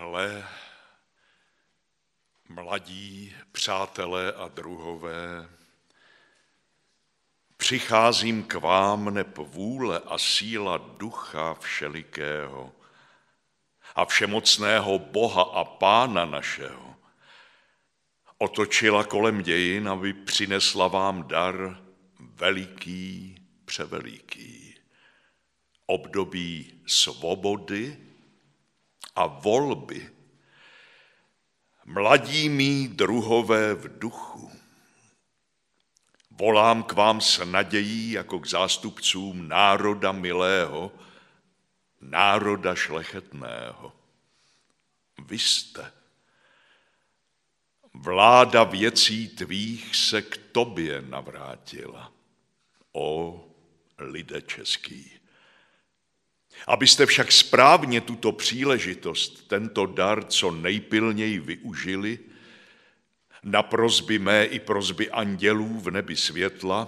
Hle, mladí přátelé a druhové, přicházím k vám, neb vůle a síla Ducha všelikého a všemocného Boha a Pána našeho otočila kolem dějin, aby přinesla vám dar veliký, převeliký, období svobody a volby. Mladí mí druhové v duchu, volám k vám s nadějí jako k zástupcům národa milého, národa šlechetného. Vy jste. Vláda věcí tvých se k tobě navrátila, o lide český. Abyste však správně tuto příležitost, tento dar co nejpilněji využili, na prosby mé i prosby andělů v nebi světla,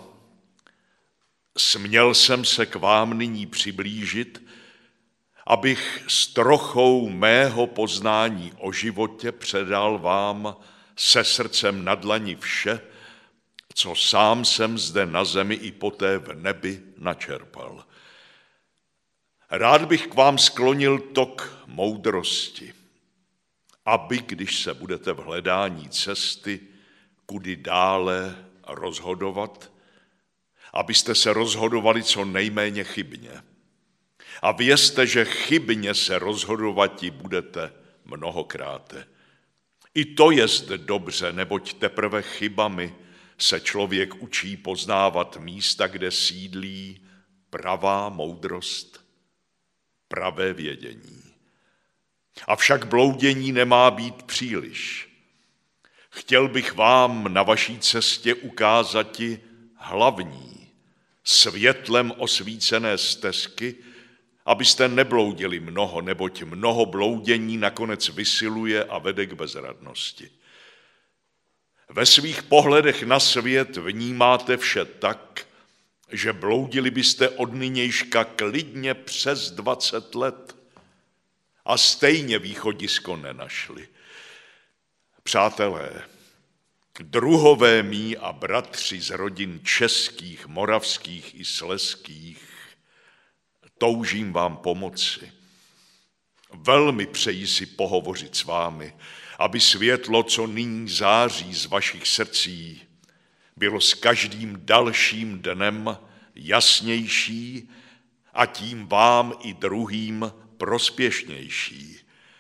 směl jsem se k vám nyní přiblížit, abych s trochou mého poznání o životě předal vám se srdcem na dlani vše, co sám jsem zde na zemi i poté v nebi načerpal. Rád bych k vám sklonil tok moudrosti, aby, když se budete v hledání cesty, kudy dále rozhodovat, abyste se rozhodovali co nejméně chybně. A vězte, že chybně se rozhodovati budete mnohokráte. I to je zde dobře, neboť teprve chybami se člověk učí poznávat místa, kde sídlí pravá moudrost, pravé vědění. Avšak bloudění nemá být příliš. Chtěl bych vám na vaší cestě ukázati hlavní, světlem osvícené stezky, abyste nebloudili mnoho, neboť mnoho bloudění nakonec vysiluje a vede k bezradnosti. Ve svých pohledech na svět vnímáte vše tak, že bloudili byste od nynějška klidně přes 20 let a stejně východisko nenašli. Přátelé, druhové mí a bratři z rodin českých, moravských i slezských, toužím vám pomoci. Velmi přeji si pohovořit s vámi, aby světlo, co nyní září z vašich srdcí, bylo s každým dalším dnem jasnější a tím vám i druhým prospěšnější.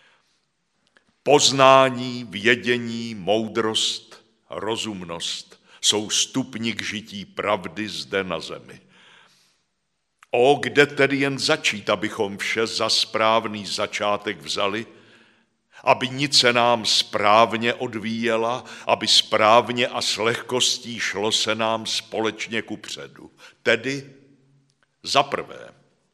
Poznání, vědění, moudrost, rozumnost jsou stupni k žití pravdy zde na zemi. O, kde tedy jen začít, abychom vše za správný začátek vzali, aby nic se nám správně odvíjela, aby správně a s lehkostí šlo se nám společně kupředu. Tedy za prvé,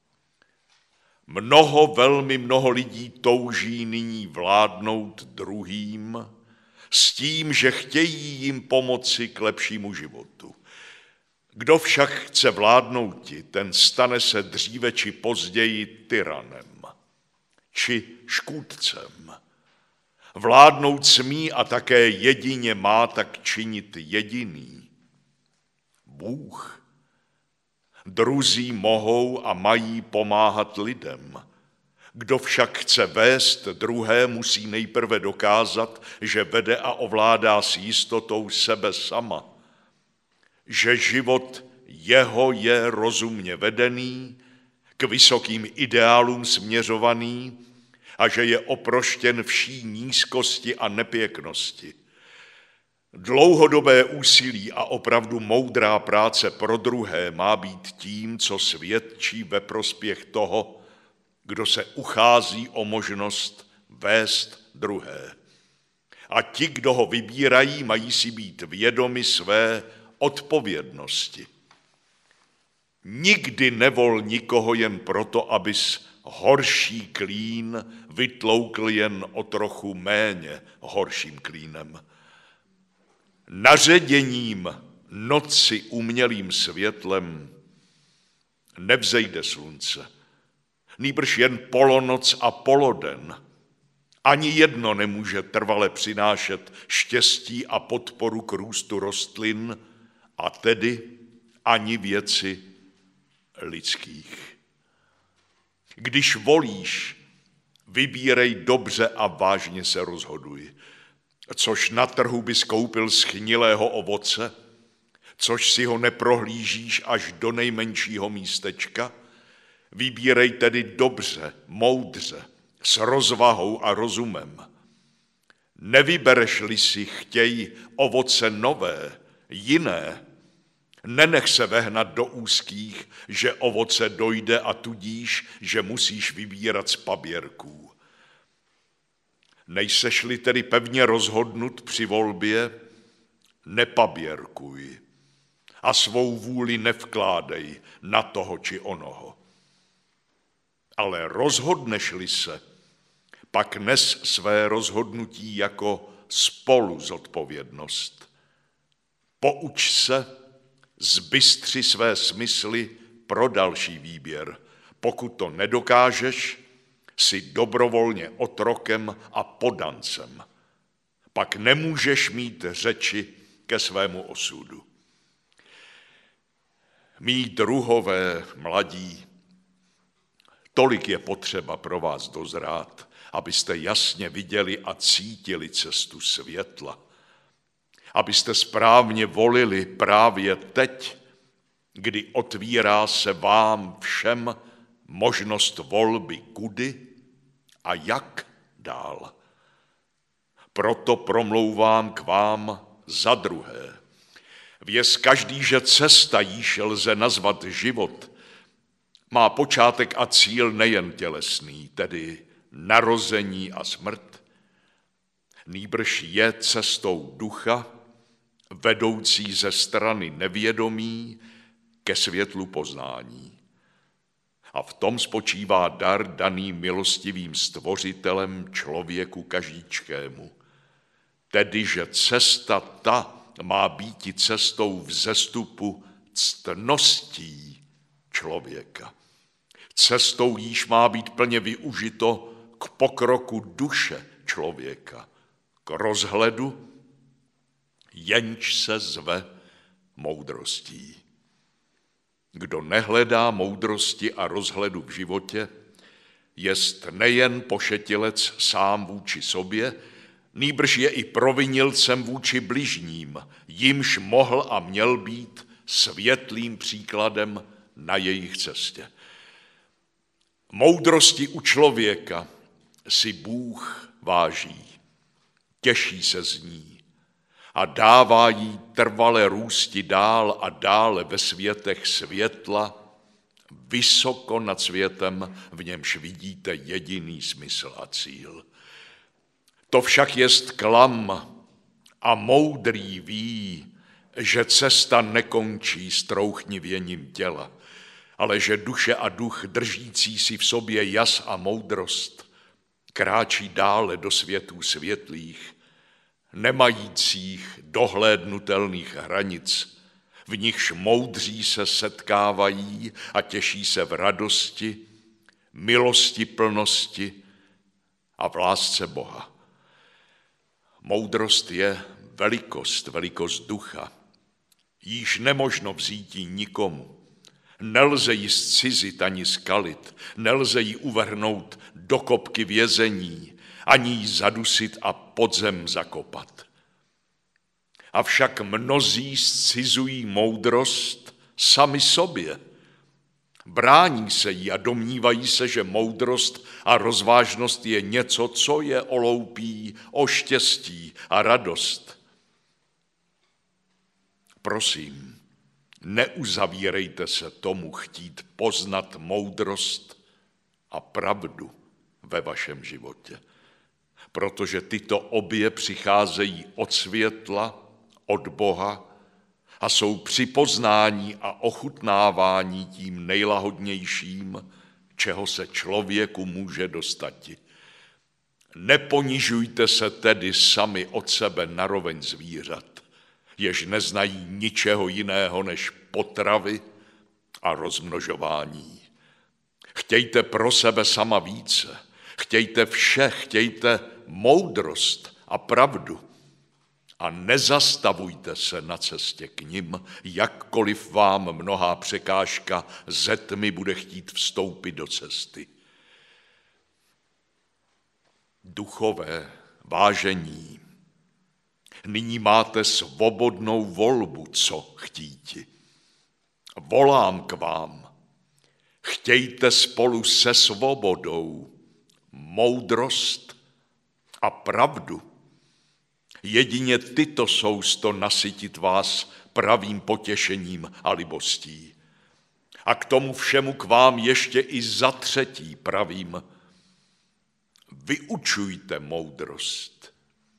velmi mnoho lidí touží nyní vládnout druhým s tím, že chtějí jim pomoci k lepšímu životu. Kdo však chce vládnouti, ten stane se dříve či později tyranem či škůdcem. Vládnout smí a také jedině má tak činit jediný Bůh. Druzí mohou a mají pomáhat lidem. Kdo však chce vést druhé, musí nejprve dokázat, že vede a ovládá s jistotou sebe sama, že život jeho je rozumně vedený, k vysokým ideálům směřovaný a že je oproštěn vší nízkosti a nepěknosti. Dlouhodobé úsilí a opravdu moudrá práce pro druhé má být tím, co svědčí ve prospěch toho, kdo se uchází o možnost vést druhé. A ti, kdo ho vybírají, mají si být vědomi své odpovědnosti. Nikdy nevol nikoho jen proto, abys horší klín vytloukl jen o trochu méně horším klínem. Naředěním noci umělým světlem nevzejde slunce, nýbrž jen polonoc a poloden, Ani jedno nemůže trvale přinášet štěstí a podporu k růstu rostlin, a tedy ani věci lidských. Když volíš, vybírej dobře a vážně se rozhoduj. Což na trhu bys koupil schnilého ovoce, což si ho neprohlížíš až do nejmenšího místečka, vybírej tedy dobře, moudře, s rozvahou a rozumem. Nevybereš-li si chtěj ovoce nové, jiné, nenech se vehnat do úzkých, že ovoce dojde a tudíž, že musíš vybírat z paběrků. Nejseš-li tedy pevně rozhodnut při volbě, nepaběrkuj a svou vůli nevkládej na toho či onoho. Ale rozhodneš-li se, pak nes své rozhodnutí jako spoluzodpovědnost. Pouč se, zbystři své smysly pro další výběr. Pokud to nedokážeš, jsi dobrovolně otrokem a podancem. Pak nemůžeš mít řeči ke svému osudu. Mí druhové mladí, tolik je potřeba pro vás dozrát, abyste jasně viděli a cítili cestu světla. Abyste správně volili právě teď, kdy otvírá se vám všem možnost volby kudy a jak dál. Proto promlouvám k vám za druhé. Věz každý, že cesta, jíž lze nazvat život, má počátek a cíl nejen tělesný, tedy narození a smrt, nýbrž je cestou ducha, vedoucí ze strany nevědomí ke světlu poznání. A v tom spočívá dar daný milostivým stvořitelem člověku každíčkému. Tedy, že cesta ta má býti cestou vzestupu ctností člověka. Cestou jíž má být plně využito k pokroku duše člověka, k rozhledu, jenž se zve moudrostí. Kdo nehledá moudrosti a rozhledu v životě, jest nejen pošetilec sám vůči sobě, nýbrž je i provinilcem vůči bližním, jimž mohl a měl být světlým příkladem na jejich cestě. Moudrosti u člověka si Bůh váží, těší se z ní a dává jí trvale růsti dál a dále ve světech světla, vysoko nad světem, v němž vidíte jediný smysl a cíl. To však jest klam a moudrý ví, že cesta nekončí strouchnivěním těla, ale že duše a duch držící si v sobě jas a moudrost kráčí dále do světů světlých, nemajících dohlédnutelných hranic, v nichž moudří se setkávají a těší se v radosti, milosti plnosti a v lásce Boha. Moudrost je velikost ducha, jíž nemožno vzíti nikomu. Nelze ji zcizit ani skalit, nelze ji uvrhnout do kopky vězení, ani ji zadusit a pod zem zakopat. Avšak mnozí zcizují moudrost sami sobě. Brání se jí a domnívají se, že moudrost a rozvážnost je něco, co je oloupí o štěstí a radost. Prosím, neuzavírejte se tomu chtít poznat moudrost a pravdu ve vašem životě, protože tyto obě přicházejí od světla, od Boha a jsou při poznání a ochutnávání tím nejlahodnějším, čeho se člověku může dostati. Neponižujte se tedy sami od sebe naroveň zvířat, jež neznají ničeho jiného než potravy a rozmnožování. Chtějte pro sebe sama více, Chtějte vše, chtějte moudrost a pravdu a nezastavujte se na cestě k nim, jakkoliv vám mnohá překážka ze tmy bude chtít vstoupit do cesty. Duchové, vážení, nyní máte svobodnou volbu, co chtíti. Volám k vám, chtějte spolu se svobodou moudrost a pravdu. Jedině tyto sousto nasytit vás pravým potěšením a libostí. A k tomu všemu k vám ještě i za třetí pravím, vyučujte moudrost.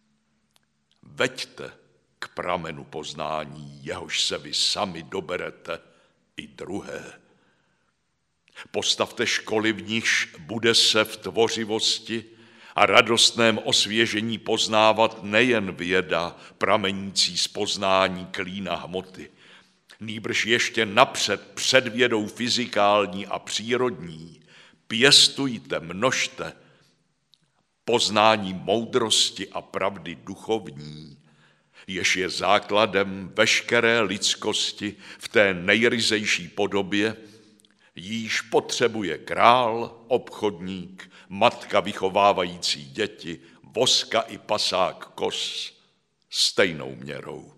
Veďte k pramenu poznání, jehož se vy sami doberete i druhé. Postavte školy, v nichž bude se v tvořivosti a radostném osvěžení poznávat nejen věda, pramenící z poznání klína hmoty, nýbrž ještě napřed před vědou fyzikální a přírodní, pěstujte, množte poznání moudrosti a pravdy duchovní, jež je základem veškeré lidskosti v té nejryzejší podobě, jíž potřebuje král, obchodník, matka vychovávající děti, voska i pasák koz stejnou měrou.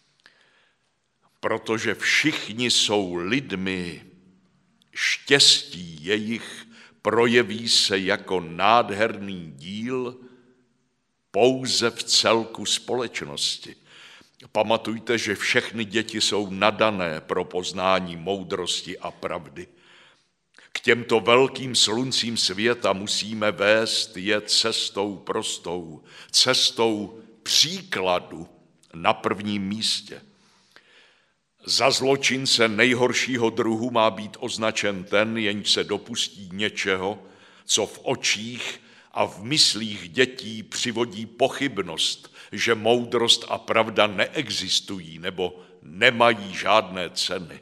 Protože všichni jsou lidmi, štěstí jejich projeví se jako nádherný díl pouze v celku společnosti. Pamatujte, že všechny děti jsou nadané pro poznání moudrosti a pravdy. K těmto velkým sluncím světa musíme vést je cestou prostou, cestou příkladu na prvním místě. Za zločince nejhoršího druhu má být označen ten, jenž se dopustí něčeho, co v očích a v myslích dětí přivodí pochybnost, že moudrost a pravda neexistují nebo nemají žádné ceny.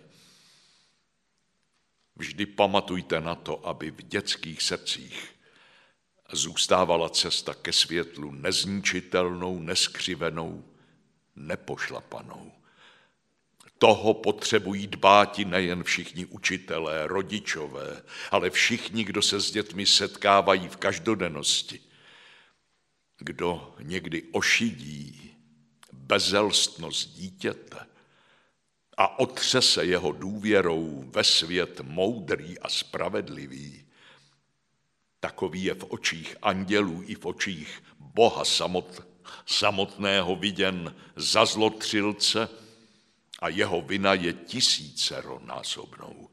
Vždy pamatujte na to, aby v dětských srdcích zůstávala cesta ke světlu nezničitelnou, neskřivenou, nepošlapanou. Toho potřebují dbáti nejen všichni učitelé, rodičové, ale všichni, kdo se s dětmi setkávají v každodennosti. Kdo někdy ošidí bezelstnost dítěte a otřese jeho důvěrou ve svět moudrý a spravedlivý, takový je v očích andělů i v očích Boha samotného viděn za zlotřilce a jeho vina je tisíceronásobnou.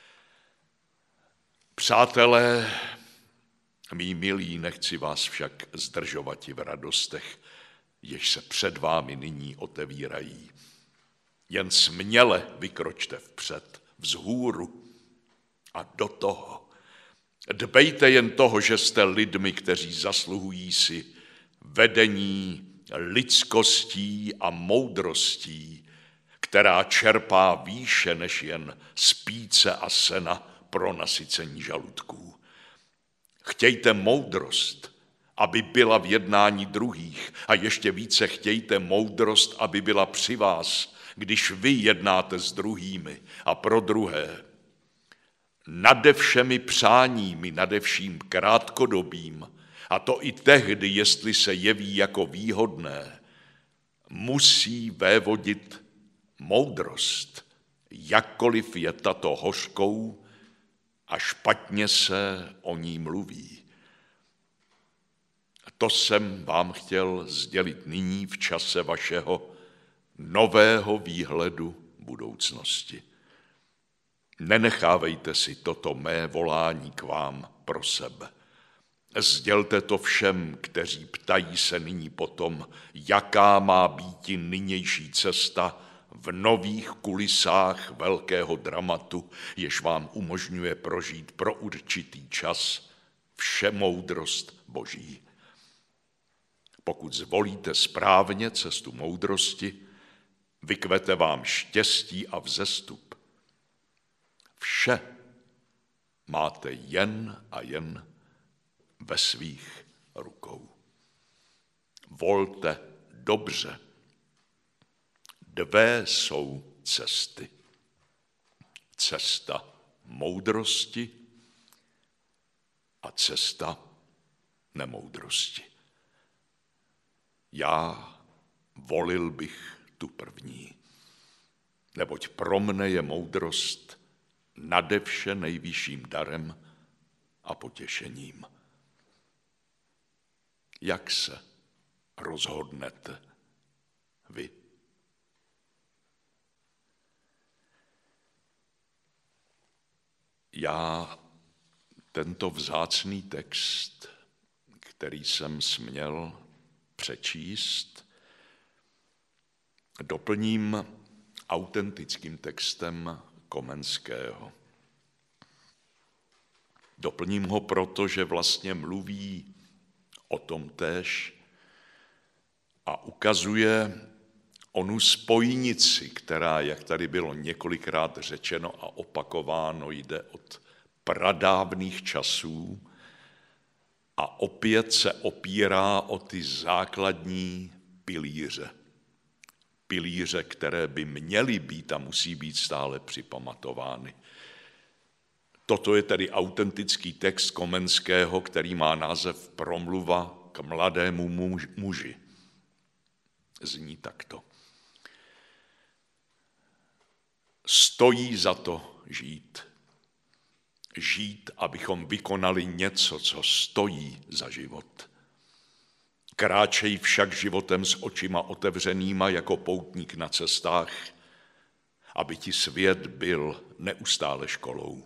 Přátelé, mí milí, nechci vás však zdržovati v radostech, jež se před vámi nyní otevírají. Jen směle vykročte vpřed, vzhůru a do toho. Dbejte jen toho, že jste lidmi, kteří zasluhují si vedení lidskostí a moudrostí, která čerpá výše než jen z píce a sena pro nasycení žaludků. Chtějte moudrost, aby byla v jednání druhých, a ještě více chtějte moudrost, aby byla při vás, když vy jednáte s druhými a pro druhé. Nade všemi přáními, nade vším krátkodobým, a to i tehdy, jestli se jeví jako výhodné, musí vévodit moudrost, jakkoliv je tato hořkou a špatně se o ní mluví. To jsem vám chtěl sdělit nyní v čase vašeho nového výhledu budoucnosti. Nenechávejte si toto mé volání k vám pro sebe. Sdělte to všem, kteří ptají se nyní potom, jaká má býti nynější cesta v nových kulisách velkého dramatu, jež vám umožňuje prožít pro určitý čas všemoudrost Boží. Pokud zvolíte správně cestu moudrosti, vykvete vám štěstí a vzestup. Vše máte jen a jen ve svých rukou. Volte dobře. Dvě jsou cesty. Cesta moudrosti a cesta nemoudrosti. Já volil bych tu první, neboť pro mne je moudrost nade vše nejvyšším darem a potěšením. Jak se rozhodnete vy? Já tento vzácný text, který jsem směl přečíst, doplním autentickým textem Komenského. Doplním ho proto, že vlastně mluví o tom též a ukazuje onu spojnici, která, jak tady bylo několikrát řečeno a opakováno, jde od pradávných časů a opět se opírá o ty základní pilíře. Pilíře, které by měly být a musí být stále připamatovány. Toto je tedy autentický text Komenského, který má název Promluva k mladému muži. Zní takto. Stojí za to žít. Žít, abychom vykonali něco, co stojí za život. Kráčej však životem s očima otevřenýma jako poutník na cestách, aby ti svět byl neustále školou.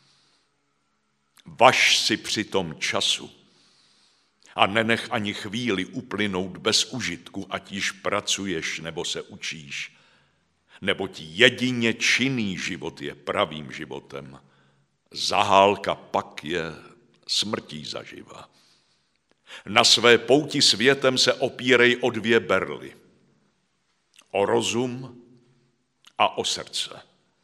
Važ si při tom času a nenech ani chvíli uplynout bez užitku, ať již pracuješ nebo se učíš, neboť jedině činný život je pravým životem. Zahálka pak je smrtí zaživa. Na své pouti světem se opírej o dvě berly. O rozum a o srdce.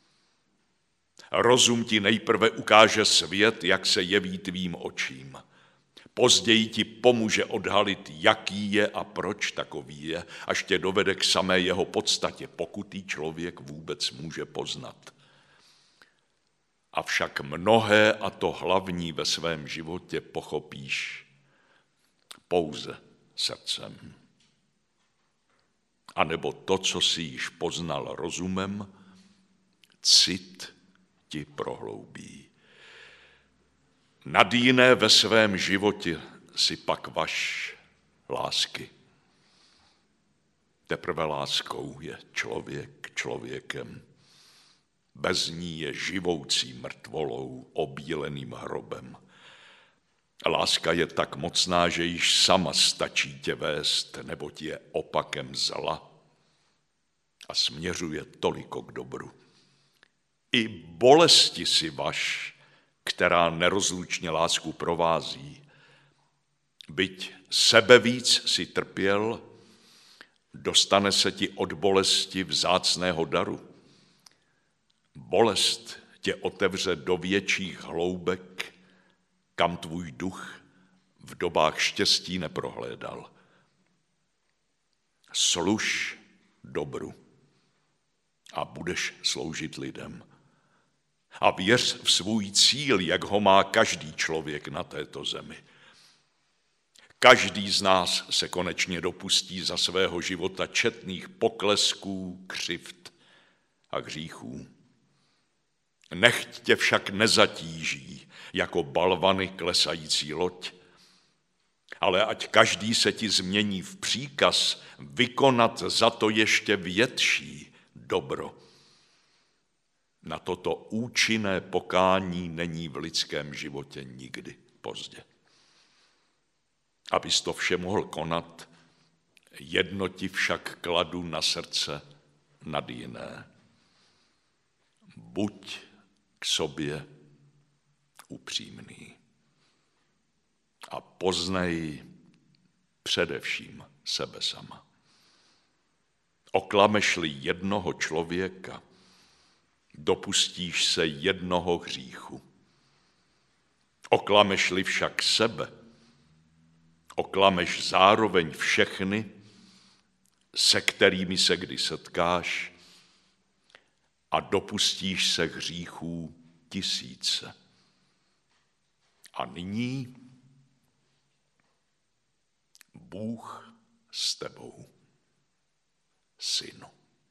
Rozum ti nejprve ukáže svět, jak se jeví tvým očím. Později ti pomůže odhalit, jaký je a proč takový je, až tě dovede k samé jeho podstatě, pokud jí člověk vůbec může poznat. Avšak mnohé a to hlavní ve svém životě pochopíš pouze srdcem. A nebo to, co jsi již poznal rozumem, cit ti prohloubí. Nad jiné ve svém životě si pak vaš lásky. Teprve láskou je člověk člověkem. Bez ní je živoucí mrtvolou, obíleným hrobem. Láska je tak mocná, že již sama stačí tě vést, neboť je opakem zla a směřuje toliko k dobru. I bolesti si vaš, která nerozlučně lásku provází. Byť sebevíc si trpěl, dostane se ti od bolesti vzácného daru. Bolest tě otevře do větších hloubek, kam tvůj duch v dobách štěstí neprohlédal. Služ dobru a budeš sloužit lidem. A věř v svůj cíl, jak ho má každý člověk na této zemi. Každý z nás se konečně dopustí za svého života četných poklesků, křivd a hříchů. Nechť tě však nezatíží jako balvany klesající loď, ale ať každý se ti změní v příkaz vykonat za to ještě větší dobro. Na toto účinné pokání není v lidském životě nikdy pozdě. Abys to vše mohl konat, jedno ti však kladu na srdce nad jiné. Buď k sobě upřímný a poznej především sebe sama. Oklameš-li jednoho člověka, dopustíš se jednoho hříchu. Oklameš-li však sebe, Oklameš zároveň všechny, se kterými se kdy setkáš, a dopustíš se hříchů tisíce. A nyní Bůh s tebou, synu.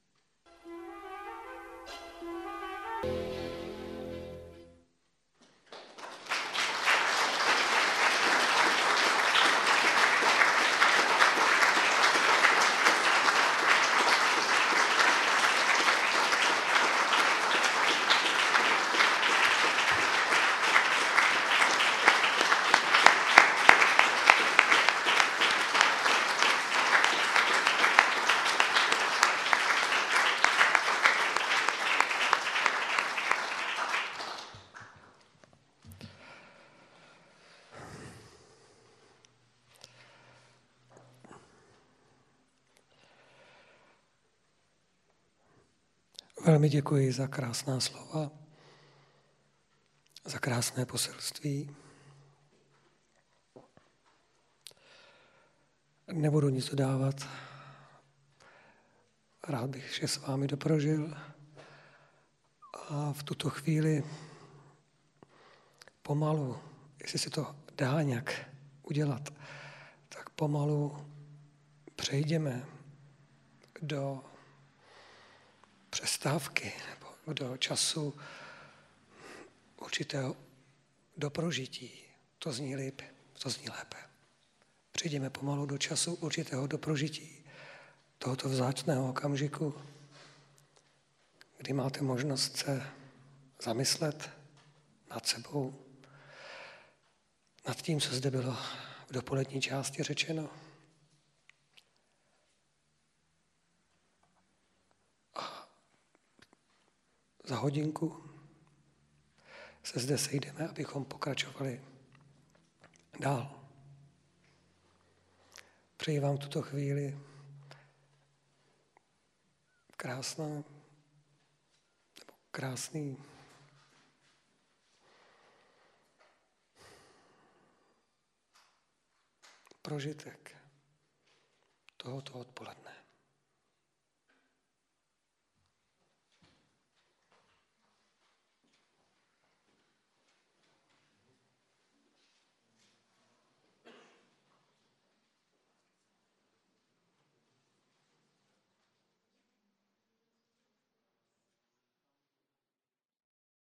Velmi děkuji za krásná slova, za krásné poselství. Nebudu nic dodávat. Rád bych vše s vámi doprožil. A v tuto chvíli pomalu, jestli se to dá nějak udělat, tak pomalu přejdeme do přestávky nebo do času určitého doprožití. To zní lépe. Přejdeme pomalu do času určitého doprožití tohoto vzácného okamžiku, kdy máte možnost se zamyslet nad sebou, nad tím, co zde bylo v dopolední části řečeno. Za hodinku se zde sejdeme, abychom pokračovali dál. Přeji vám v tuto chvíli krásný prožitek tohoto odpoledne.